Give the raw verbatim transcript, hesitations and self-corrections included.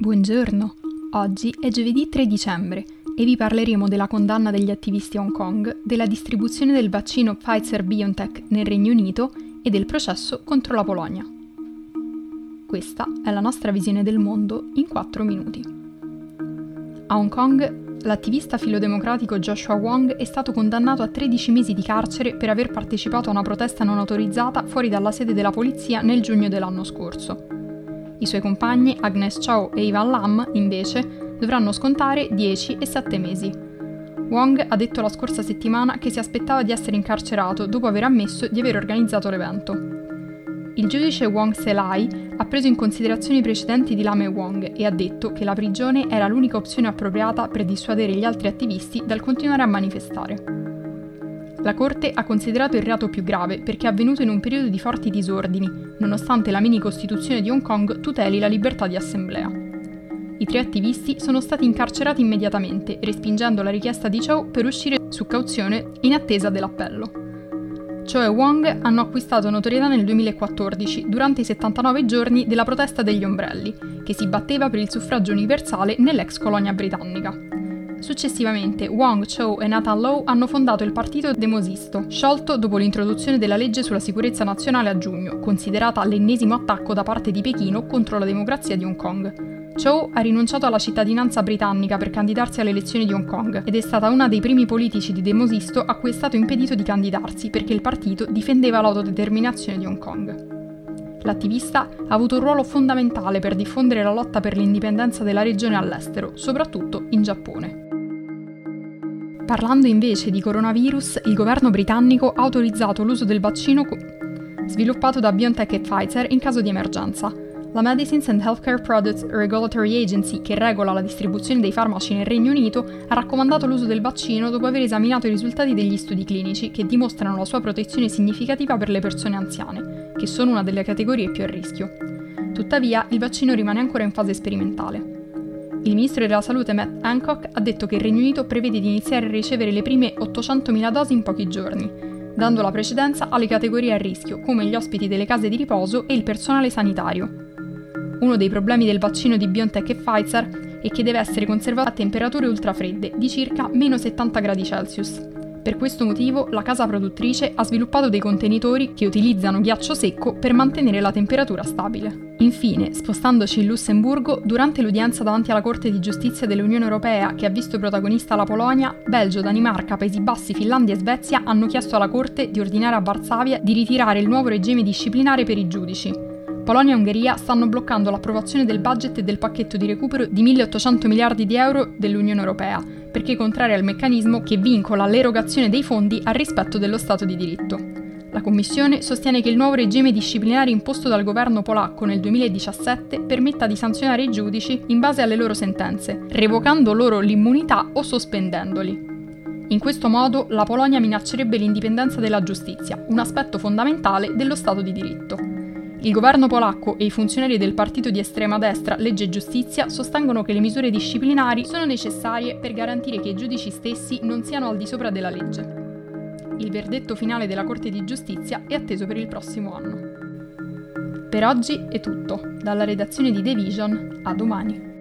Buongiorno, oggi è giovedì tre dicembre e vi parleremo della condanna degli attivisti a Hong Kong, della distribuzione del vaccino Pfizer-BioNTech nel Regno Unito e del processo contro la Polonia. Questa è la nostra visione del mondo in quattro minuti. A Hong Kong, l'attivista filodemocratico Joshua Wong è stato condannato a tredici mesi di carcere per aver partecipato a una protesta non autorizzata fuori dalla sede della polizia nel giugno dell'anno scorso. I suoi compagni, Agnes Chow e Ivan Lam, invece, dovranno scontare dieci e sette mesi. Wong ha detto la scorsa settimana che si aspettava di essere incarcerato dopo aver ammesso di aver organizzato l'evento. Il giudice Wong Se-lai ha preso in considerazione i precedenti di Lam e Wong e ha detto che la prigione era l'unica opzione appropriata per dissuadere gli altri attivisti dal continuare a manifestare. La Corte ha considerato il reato più grave perché è avvenuto in un periodo di forti disordini, nonostante la mini-costituzione di Hong Kong tuteli la libertà di assemblea. I tre attivisti sono stati incarcerati immediatamente, respingendo la richiesta di Chow per uscire su cauzione in attesa dell'appello. Chow e Wong hanno acquistato notorietà nel duemilaquattordici, durante i settantanove giorni della protesta degli ombrelli, che si batteva per il suffragio universale nell'ex colonia britannica. Successivamente, Wong, Chow e Nathan Law hanno fondato il partito Demosisto, sciolto dopo l'introduzione della legge sulla sicurezza nazionale a giugno, considerata l'ennesimo attacco da parte di Pechino contro la democrazia di Hong Kong. Chow ha rinunciato alla cittadinanza britannica per candidarsi alle elezioni di Hong Kong ed è stata una dei primi politici di Demosisto a cui è stato impedito di candidarsi perché il partito difendeva l'autodeterminazione di Hong Kong. L'attivista ha avuto un ruolo fondamentale per diffondere la lotta per l'indipendenza della regione all'estero, soprattutto in Giappone. Parlando invece di coronavirus, il governo britannico ha autorizzato l'uso del vaccino co- sviluppato da BioNTech e Pfizer in caso di emergenza. La Medicines and Healthcare Products Regulatory Agency, che regola la distribuzione dei farmaci nel Regno Unito, ha raccomandato l'uso del vaccino dopo aver esaminato i risultati degli studi clinici che dimostrano la sua protezione significativa per le persone anziane, che sono una delle categorie più a rischio. Tuttavia, il vaccino rimane ancora in fase sperimentale. Il ministro della salute Matt Hancock ha detto che il Regno Unito prevede di iniziare a ricevere le prime ottocentomila dosi in pochi giorni, dando la precedenza alle categorie a rischio, come gli ospiti delle case di riposo e il personale sanitario. Uno dei problemi del vaccino di BioNTech e Pfizer è che deve essere conservato a temperature ultrafredde di circa meno settanta gradi Celsius. Per questo motivo, la casa produttrice ha sviluppato dei contenitori che utilizzano ghiaccio secco per mantenere la temperatura stabile. Infine, spostandoci in Lussemburgo, durante l'udienza davanti alla Corte di Giustizia dell'Unione Europea che ha visto protagonista la Polonia, Belgio, Danimarca, Paesi Bassi, Finlandia e Svezia hanno chiesto alla Corte di ordinare a Varsavia di ritirare il nuovo regime disciplinare per i giudici. Polonia e Ungheria stanno bloccando l'approvazione del budget e del pacchetto di recupero di milleottocento miliardi di euro dell'Unione Europea, perché contraria al meccanismo che vincola l'erogazione dei fondi al rispetto dello Stato di diritto. La Commissione sostiene che il nuovo regime disciplinare imposto dal governo polacco nel duemiladiciassette permetta di sanzionare i giudici in base alle loro sentenze, revocando loro l'immunità o sospendendoli. In questo modo la Polonia minaccerebbe l'indipendenza della giustizia, un aspetto fondamentale dello Stato di diritto. Il governo polacco e i funzionari del partito di estrema destra Legge e Giustizia sostengono che le misure disciplinari sono necessarie per garantire che i giudici stessi non siano al di sopra della legge. Il verdetto finale della Corte di Giustizia è atteso per il prossimo anno. Per oggi è tutto. Dalla redazione di The Vision, a domani.